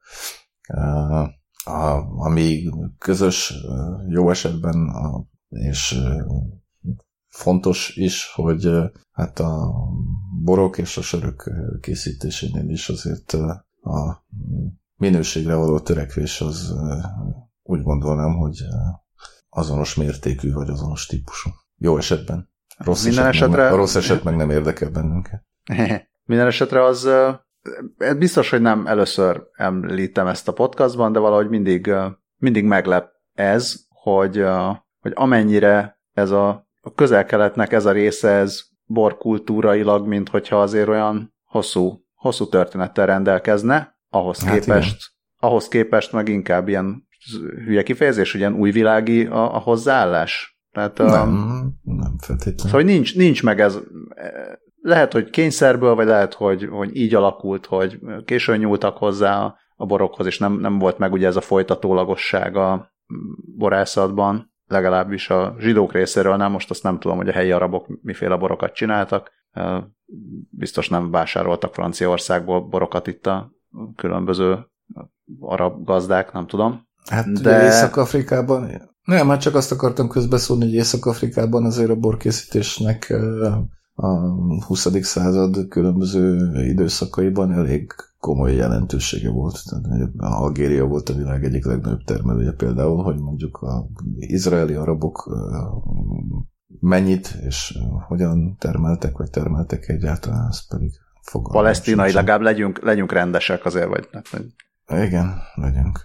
A, ami közös jó esetben a, és fontos is, hogy hát a borok és a sörök készítésénél is azért a minőségre való törekvés az úgy gondolom, hogy azonos mértékű vagy azonos típusú. Jó esetben. Rossz Minden eset esetre... meg, a rossz eset meg nem érdekel bennünket. Minden esetre az... Biztos, hogy nem először említem ezt a podcastban, de valahogy mindig, mindig meglep ez, hogy, hogy amennyire ez a, a közel-keletnek ez a része, ez borkultúrailag, mint hogyha azért olyan hosszú, hosszú történettel rendelkezne, ahhoz hát képest, ahhoz képest meg inkább ilyen hülye kifejezés, ilyen újvilági a, a hozzáállás. Tehát, nem, nem feltétlenül. Szóval nincs, nincs meg ez... Lehet, hogy kényszerből, vagy lehet, hogy, hogy így alakult, hogy későn nyúltak hozzá a, a borokhoz, és nem, nem volt meg ugye ez a folytatólagosság a borászatban, legalábbis a zsidók részéről nem, most azt nem tudom, hogy a helyi arabok miféle borokat csináltak. Biztos nem vásároltak Franciaországból borokat itt a különböző arab gazdák, nem tudom. Hát de... Észak-Afrikában, nem, hát csak azt akartam közbeszólni, hogy Észak-Afrikában azért a borkészítésnek a huszadik század különböző időszakaiban elég komoly jelentősége volt. Algéria volt a világ egyik legnagyobb termelője például, hogy mondjuk az izraeli arabok mennyit és hogyan termeltek, vagy termeltek egyáltalán, az pedig fogalmam. Palesztinai, legalább legyünk, legyünk rendesek azért, vagy... Igen, legyünk.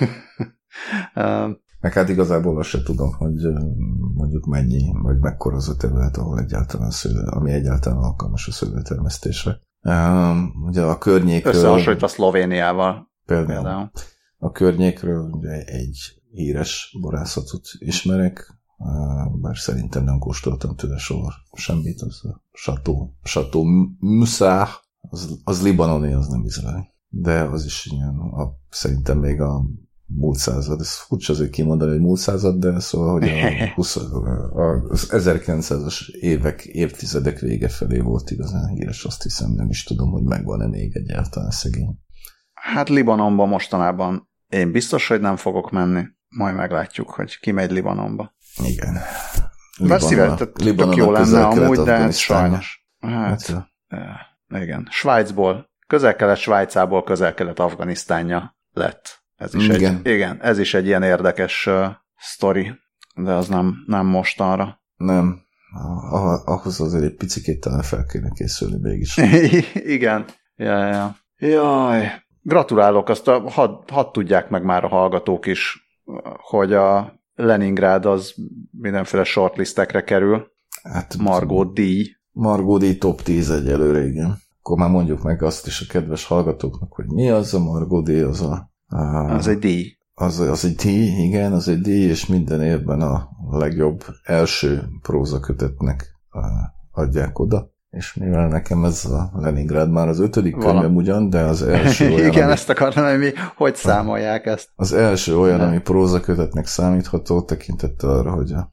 Meg hát igazából azt sem tudom, hogy mondjuk mennyi, vagy mekkora az a terület, ahol egyáltalán szőlő, ami egyáltalán alkalmas a szőlőtermesztésre. Um, ugye a környékről... Összehasonlítva Szlovéniával. Például. például. A környékről ugye egy híres borászatot ismerek, bár szerintem nem kóstoltam tőle soha semmit, az a Chateau, Chateau Mussar, az, az libanoni, az nem izraeli. De az is ilyen, a, szerintem még a múlt század, ez furcsa azért kimondani, hogy múlt század, de szóval, hogy a húsz, az ezerkilencszázas évek, évtizedek vége felé volt igazán híres, azt hiszem, nem is tudom, hogy megvan-e még egyáltalán szegény. Hát Libanonba mostanában én biztos, hogy nem fogok menni. Majd meglátjuk, hogy ki megy Libanonba. Igen. Bár szívet, tök jó lenne amúgy, de hát sajnos. Hát, hát igen. Svájcból, közel-kelet Svájcából közel-kelet Afganisztánja lett. Ez is igen. Egy, igen, ez is egy ilyen érdekes uh, sztori, de az nem, nem mostanra. Nem. Ah, ahhoz azért egy picikét talán fel kéne készülni mégis. Igen. Ja, ja. Jaj. Gratulálok, azt a, hadd had tudják meg már a hallgatók is, hogy a Leningrád az mindenféle shortlistekre kerül. Hát, Margó díj. Margó díj top tíz egyelőre, igen. Akkor már mondjuk meg azt is a kedves hallgatóknak, hogy mi az a Margó díj, az a Uh, az egy díj. Az, az egy díj, igen, az egy díj, és minden évben a legjobb első prózakötetnek uh, adják oda. és mivel nekem ez a Leningrád már az ötödik könyvem ugyan, de az első olyan... Igen, ami, ezt akartam, hogy mi, hogy számolják ezt. Az első olyan, de. ami prózakötetnek számítható, tekintettel arra, hogy a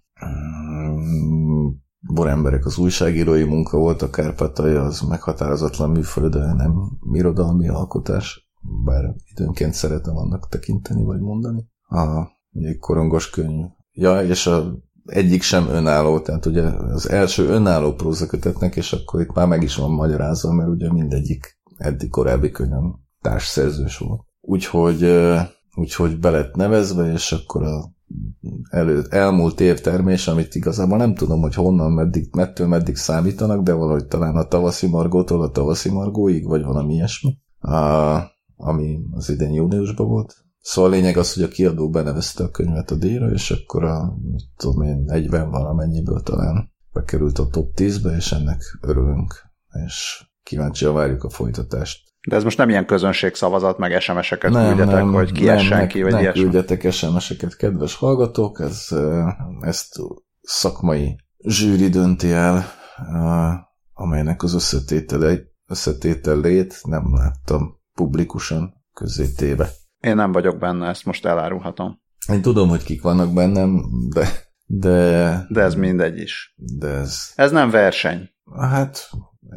um, boremberek az újságírói munka volt, a Kárpátalja az meghatározatlan műfaj, de nem irodalmi alkotás, bár időnként szeretem annak tekinteni vagy mondani. A, egy korongos könyv. Ja, és a egyik sem önálló, tehát ugye az első önálló prózakötetnek, és akkor itt már meg is van magyarázva, mert ugye mindegyik eddig korábbi könyvem társszerzős volt. Úgyhogy, úgyhogy be lett nevezve, és akkor a elő, elmúlt év termés, amit igazából nem tudom, hogy honnan, meddig, mettől meddig számítanak, de valahogy talán a tavaszi margótól a tavaszi margóig, vagy valami ilyesmi, a, ami az idén júniusban volt. Szóval a lényeg az, hogy a kiadó benevezte a könyvet a díjra, és akkor a, mit tudom én, negyven valamennyiből talán bekerült a top tízbe, és ennek örülünk, és kíváncsian várjuk a folytatást. De ez most nem ilyen közönségszavazat, meg es em es-eket nem, küldetek, nem, hogy kiessen nem, ki, vagy nem ilyesmi. Nem küldjetek es em es-eket, kedves hallgatók, ez, ezt szakmai zsűri dönti el, amelynek az összetétele, összetételét nem láttam publikusan közzétéve. Én nem vagyok benne, ezt most elárulhatom. Én tudom, hogy kik vannak bennem, de... De, de ez mindegy is. De ez... Ez nem verseny. Hát,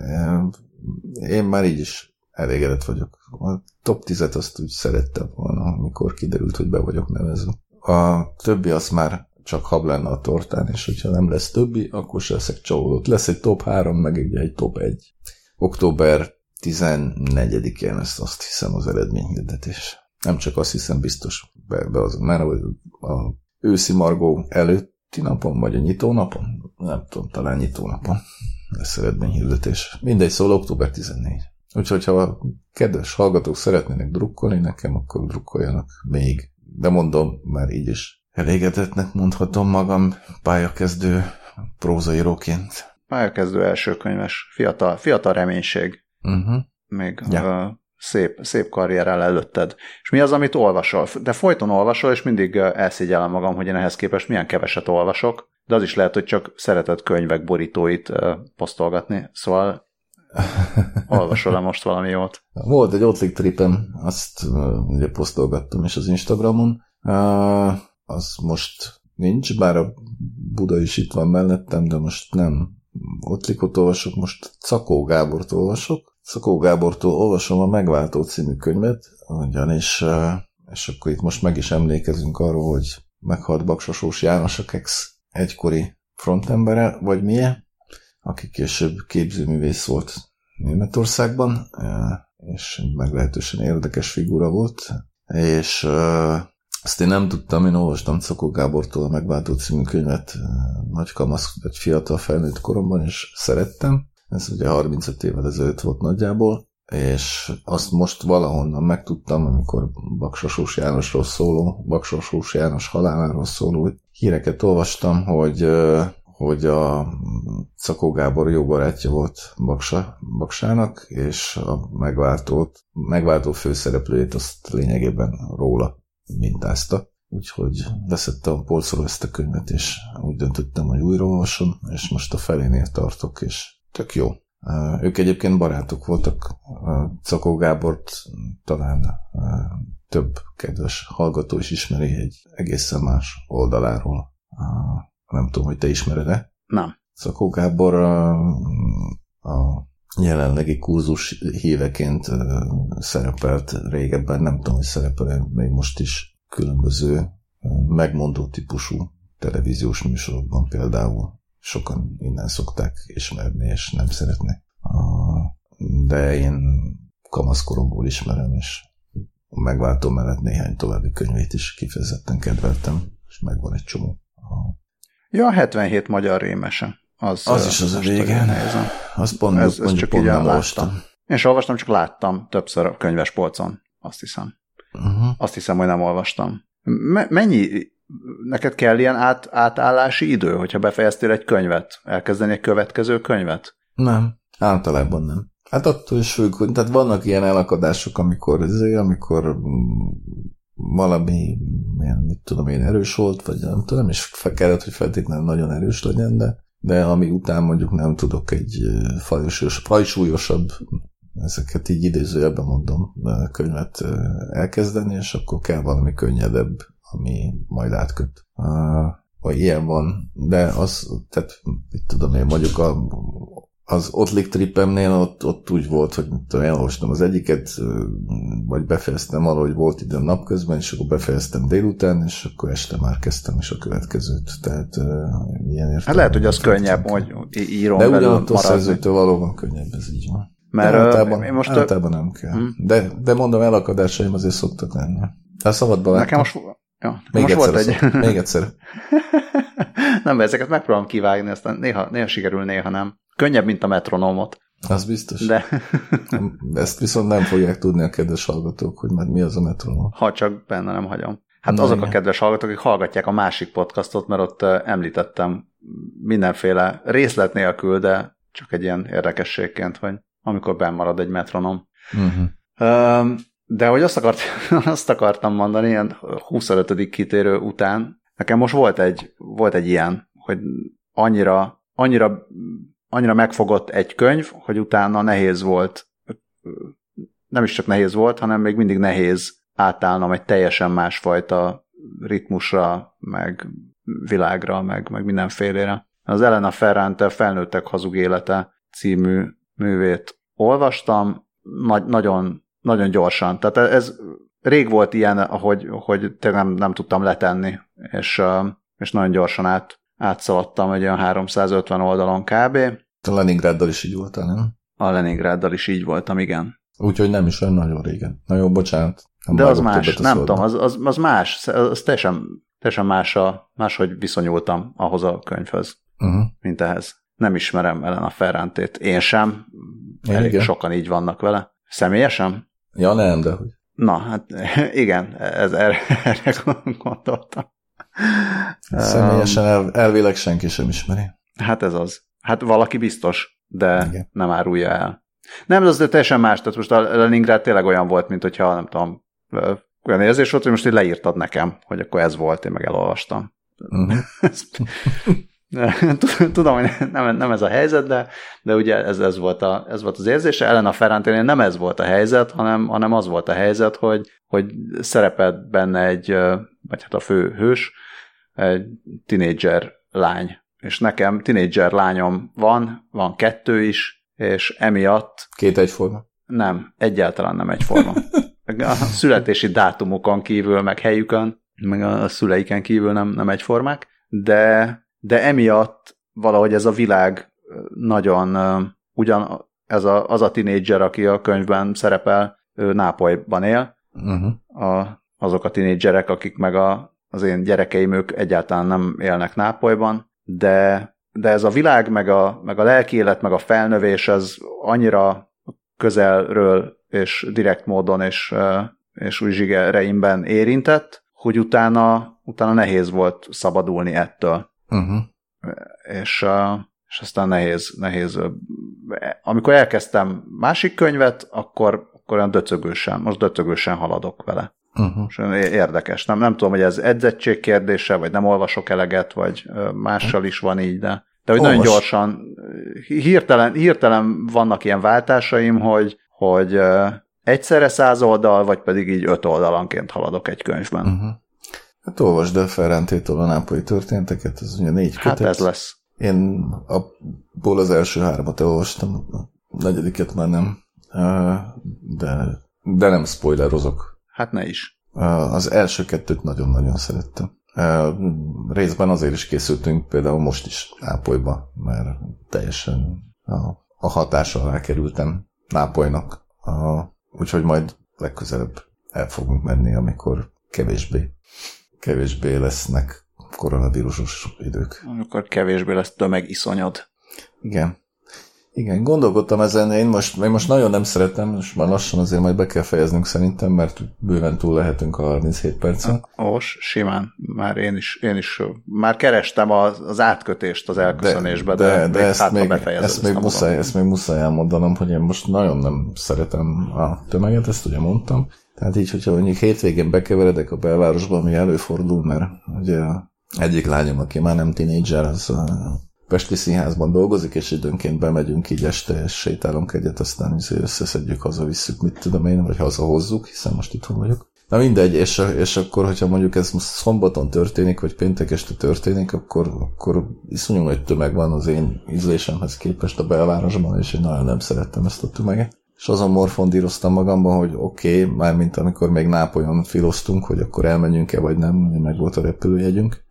én már így is elégedett vagyok. A top tízet azt úgy szerettem volna, amikor kiderült, hogy be vagyok nevezve. A többi az már csak hab lenne a tortán, és hogyha nem lesz többi, akkor se leszek csalódott. Lesz egy top három, meg egy, egy top egy. október tizennegyedikén lesz, azt hiszem, az eredményhirdetés. Nem csak azt hiszem, biztos be, be az, már a őszi margó előtti napon, vagy a nyitónapon, nem tudom, talán nyitónapon lesz eredményhirdetés. Mindegy, szóval október tizennegyedike. Úgyhogy ha a kedves hallgatók szeretnének drukkolni nekem, akkor drukkoljanak még. De mondom, már így is elégedettnek mondhatom magam pályakezdő prózaíróként. Pályakezdő elsőkönyves, fiatal, fiatal reménység. Uh-huh. Még ja. uh, szép, szép karrierrel előtted. És mi az, amit olvasol? De folyton olvasol, és mindig elszégyellem magam, hogy én ehhez képest milyen keveset olvasok, de az is lehet, hogy csak szeretett könyvek borítóit uh, posztolgatni. Szóval olvasol-e most valami jót? Volt egy Ottlik tripem, azt uh, ugye posztolgattam is az Instagramon. Uh, az most nincs, bár a Buda is itt van mellettem, de most nem Ottlikot olvasok, most Czakó Gábort olvasok. Szakó Gábortól olvasom a Megváltó című könyvet, ugyanis, és akkor itt most meg is emlékezünk arról, hogy meghalt Baksasós János, a Kex egykori frontembere, vagy milyen, aki később képzőművész volt Németországban, és meglehetősen érdekes figura volt, és azt én nem tudtam, én olvastam Szakó Gábortól a Megváltó című könyvet nagy kamasz, vagy fiatal felnőtt koromban, és szerettem. Ez ugye harmincöt évvel ezelőtt volt nagyjából, és azt most valahonnan megtudtam, amikor Baksasós Jánosról szóló, Baksasós János haláláról szóló híreket olvastam, hogy, hogy a Czakó Gábor jó barátja volt Baksa, Baksának, és a megváltót, megváltó főszereplőjét azt lényegében róla mintázta. Úgyhogy leszettem a polcról ezt a könyvet, és úgy döntöttem, hogy újra olvasom, és most a felénél tartok, és tök jó. Uh, ők egyébként barátok voltak. Uh, Czakó Gábort talán uh, több kedves hallgató is ismeri egy egészen más oldaláról. Uh, nem tudom, hogy te ismered-e? Nem. Czakó Gábor uh, a jelenlegi kurzus híveként uh, szerepelt régebben, nem tudom, hogy szerepel még most is különböző uh, megmondó típusú televíziós műsorokban például. Sokan innen szokták ismerni, és nem szeretnek. De én kamaszkoromból ismerem, és a Megváltó mellett néhány további könyvét is kifejezetten kedveltem, és megvan egy csomó. Ja, a hetvenhét magyar rémese. Az, az is az a régen. Az pont, ez, ez csak pont nem olvastam. Én sem olvastam, csak láttam többször a könyvespolcon, azt hiszem. Uh-huh. Azt hiszem, hogy nem olvastam. Me- mennyi... Neked kell ilyen át, átállási idő, hogyha befejeztél egy könyvet? Elkezdeni egy következő könyvet? Nem, általában nem. Hát attól is függ, hogy tehát vannak ilyen elakadások, amikor, amikor valami, mit tudom én, erős volt, vagy nem tudom, és kellett, hogy feltétlenül nagyon erős legyen, de de ami után mondjuk nem tudok egy fajsúlyosabb, ezeket így idézőjelben mondom, könyvet elkezdeni, és akkor kell valami könnyedebb, ami majd átköt. Vagy ilyen van, de az, tehát mit tudom én, mondjuk a, az Ottlik trippemnél ott, ott úgy volt, hogy mit tudom, elolvastam az egyiket, vagy befejeztem arra, hogy volt időm napközben, és akkor befejeztem délután, és akkor este már kezdtem is a következőt. Tehát uh, ilyen értelem. Hát lehet, hogy az könnyebb, hogy írom de belül ugyanattól szerzőtől valóban könnyebb, ez így van. Mert általában, én most általában nem kell. Hmm. De, de mondom, elakadásaim azért szoktak lenni. Hát szabadba nekem most, ja, még, most egyszer volt egy... szok, még egyszer. Nem, ezeket megpróbálom kivágni, aztán néha, néha sikerül, néha nem. Könnyebb, mint a metronómot. Az biztos. De... Ezt viszont nem fogják tudni a kedves hallgatók, hogy már mi az a metronóm. Ha csak benne nem hagyom. Hát Na, azok igen. a kedves hallgatók, akik hallgatják a másik podcastot, mert ott említettem mindenféle részlet nélkül, de csak egy ilyen érdekességként, hogy amikor benn marad egy metronom. Uh-huh. De hogy azt, akart, azt akartam mondani, ilyen huszonötödik kitérő után, nekem most volt egy, volt egy ilyen, hogy annyira, annyira, annyira megfogott egy könyv, hogy utána nehéz volt, nem is csak nehéz volt, hanem még mindig nehéz átállnom egy teljesen másfajta ritmusra, meg világra, meg, meg mindenfélére. Az Elena Ferrante Felnőttek hazug élete című művét olvastam, nagy, nagyon, nagyon gyorsan. Tehát ez rég volt ilyen, ahogy, hogy nem, nem tudtam letenni, és, és nagyon gyorsan át, átszaladtam egy olyan háromszázötven oldalon kb. A Leningráddal is így voltál, nem? A Leningráddal is így voltam, igen. Úgyhogy nem is olyan nagyon régen. Nagyon bocsánat. De az más, nem tudom, az, az, az más, az teljesen, teljesen más a, máshogy viszonyultam ahhoz a könyvhöz, uh-huh. mint ehhez. Nem ismerem Elena Ferrantét. Én sem. Elég igen. Sokan így vannak vele. Személyesen? Ja, nem, de hogy. Na, hát igen, ez, erre, erre gondoltam. Személyesen el, elvileg senki sem ismeri. Hát ez az. Hát valaki biztos, de igen. Nem árulja el. Nem, az de teljesen más. Tehát most a Leningrád tényleg olyan volt, mint hogyha, nem tudom, olyan érzés volt, hogy most így leírtad nekem, hogy akkor ez volt, én meg elolvastam. Uh-huh. Tudom, hogy nem, nem ez a helyzet, de, de ugye ez, ez, volt a, ez volt az érzése. Elena Ferranténél nem ez volt a helyzet, hanem, hanem az volt a helyzet, hogy, hogy szerepelt benne egy, vagy hát a fő hős, egy tinédzser lány. És nekem tinédzser lányom van, van kettő is, és emiatt... Két egyforma? Nem, egyáltalán nem egyforma. A születési dátumokon kívül, meg helyükön, meg a szüleiken kívül nem, nem egyformák, de... de emiatt valahogy ez a világ nagyon, ugyan ez a, az a tinédzser, aki a könyvben szerepel, ő Nápolyban él. Uh-huh. A, azok a tinédzserek, akik meg a, az én gyerekeim, ők egyáltalán nem élnek Nápolyban, de, de ez a világ, meg a, meg a lelki élet, meg a felnövés, ez annyira közelről és direkt módon és, és új zsigereimben érintett, hogy utána, utána nehéz volt szabadulni ettől. Uh-huh. És, és aztán nehéz, nehéz. Amikor elkezdtem másik könyvet, akkor, akkor olyan döcögősen, most döcögősen haladok vele. Uh-huh. És érdekes. Nem, nem tudom, hogy ez edzettség kérdése, vagy nem olvasok eleget, vagy mással is van így, de, de hogy nagyon gyorsan, hirtelen, hirtelen vannak ilyen váltásaim, hogy, hogy egyszerre száz oldal, vagy pedig így öt oldalanként haladok egy könyvben. Uh-huh. Hát olvasd el Ferrantétól a nápolyi történeteket, ez ugye négy kötet. Hát ez lesz. Én abból az első háromat elolvastam, a negyediket már nem, de, de nem spoilerozok. Hát ne is. Az első kettőt nagyon-nagyon szerettem. Részben azért is készültünk például most is Nápolyba, mert teljesen a, a hatás alá kerültem Nápolynak. Úgyhogy majd legközelebb el fogunk menni, amikor kevésbé kevésbé lesznek koronavírusos idők. Amikor kevésbé lesz tömegiszonyod. Igen. Igen, gondolkodtam ezen, én most, én most nagyon nem szeretem, most már lassan azért majd be kell fejeznünk szerintem, mert bőven túl lehetünk a harminchét percen. Os, simán. Már én is, én is már kerestem az, az átkötést az elköszönésbe, de, de, de, de ezt, még, ezt, még muszáj, ezt még muszáj elmondanom, hogy én most nagyon nem szeretem a tömeget, ezt ugye mondtam. Tehát így, hogyha mondjuk hétvégén bekeveredek a belvárosba, ami előfordul, mert ugye egyik lányom, aki már nem tínédzser, az Pesti Színházban dolgozik, és időnként bemegyünk így este, és sétálunk egyet, aztán összeszedjük, hazavisszük, mit tudom én, vagy hazahozzuk, hiszen most itthon vagyok. Na mindegy, és, és akkor, hogyha mondjuk ez most szombaton történik, vagy péntek este történik, akkor, akkor iszonyú nagy tömeg van az én ízlésemhez képest a belvárosban, és én nagyon nem szerettem ezt a tömeget. És azon morfondíroztam magamban, hogy oké, okay, mármint amikor még Nápolyon filoztunk, hogy akkor elmenjünk-e, vagy nem, meg volt a repülőjegyünk,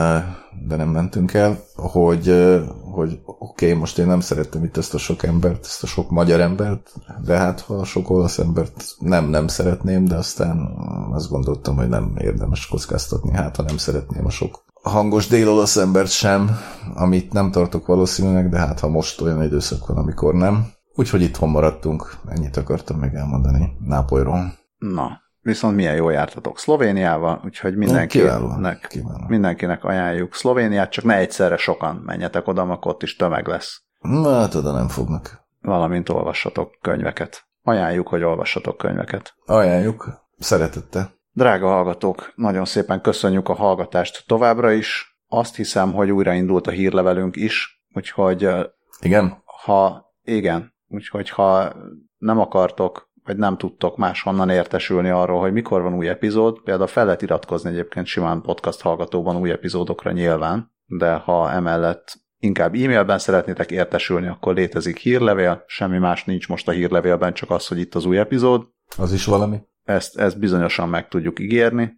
de nem mentünk el, hogy, hogy oké, okay, most én nem szerettem itt ezt a sok embert, ezt a sok magyar embert, de hát ha a sok olasz embert nem, nem szeretném, de aztán azt gondoltam, hogy nem érdemes kockáztatni, hát ha nem szeretném a sok hangos dél-olasz embert sem, amit nem tartok valószínűleg, de hát ha most olyan időszak van, amikor nem. Úgyhogy itthon maradtunk, ennyit akartam még elmondani Nápolyról. Na, viszont milyen jól jártatok Szlovéniával, úgyhogy mindenkinek, mindenkinek ajánljuk Szlovéniát, csak ne egyszerre sokan menjetek oda, akkor ott is tömeg lesz. Na, hát oda nem fognak. Valamint olvassatok könyveket. Ajánljuk, hogy olvassatok könyveket. Ajánljuk, szeretettel. Drága hallgatók, nagyon szépen köszönjük a hallgatást továbbra is. Azt hiszem, hogy újraindult a hírlevelünk is, úgyhogy... Igen? Ha... Igen. Úgyhogy ha nem akartok, vagy nem tudtok máshonnan értesülni arról, hogy mikor van új epizód, például fel lehet iratkozni egyébként simán podcast hallgatóban új epizódokra nyilván, de ha emellett inkább e-mailben szeretnétek értesülni, akkor létezik hírlevél, semmi más nincs most a hírlevélben, csak az, hogy itt az új epizód. Az is valami. Ezt, ezt bizonyosan meg tudjuk ígérni.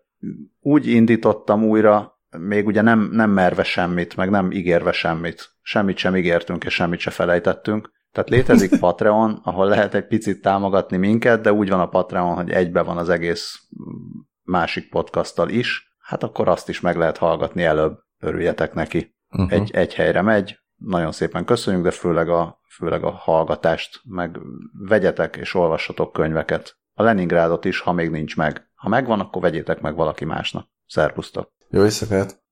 Úgy indítottam újra, még ugye nem, nem merve semmit, meg nem ígérve semmit. Semmit sem ígértünk, és semmit sem felejtettünk. Tehát létezik Patreon, ahol lehet egy picit támogatni minket, de úgy van a Patreon, hogy egybe van az egész másik podcasttal is. Hát akkor azt is meg lehet hallgatni előbb. Örüljetek neki. Uh-huh. Egy, egy helyre megy. Nagyon szépen köszönjük, de főleg a, főleg a hallgatást. Meg vegyetek és olvassatok könyveket. A Leningrádot is, ha még nincs meg. Ha megvan, akkor vegyétek meg valaki másnak. Szervusztok! Jó éjszakát!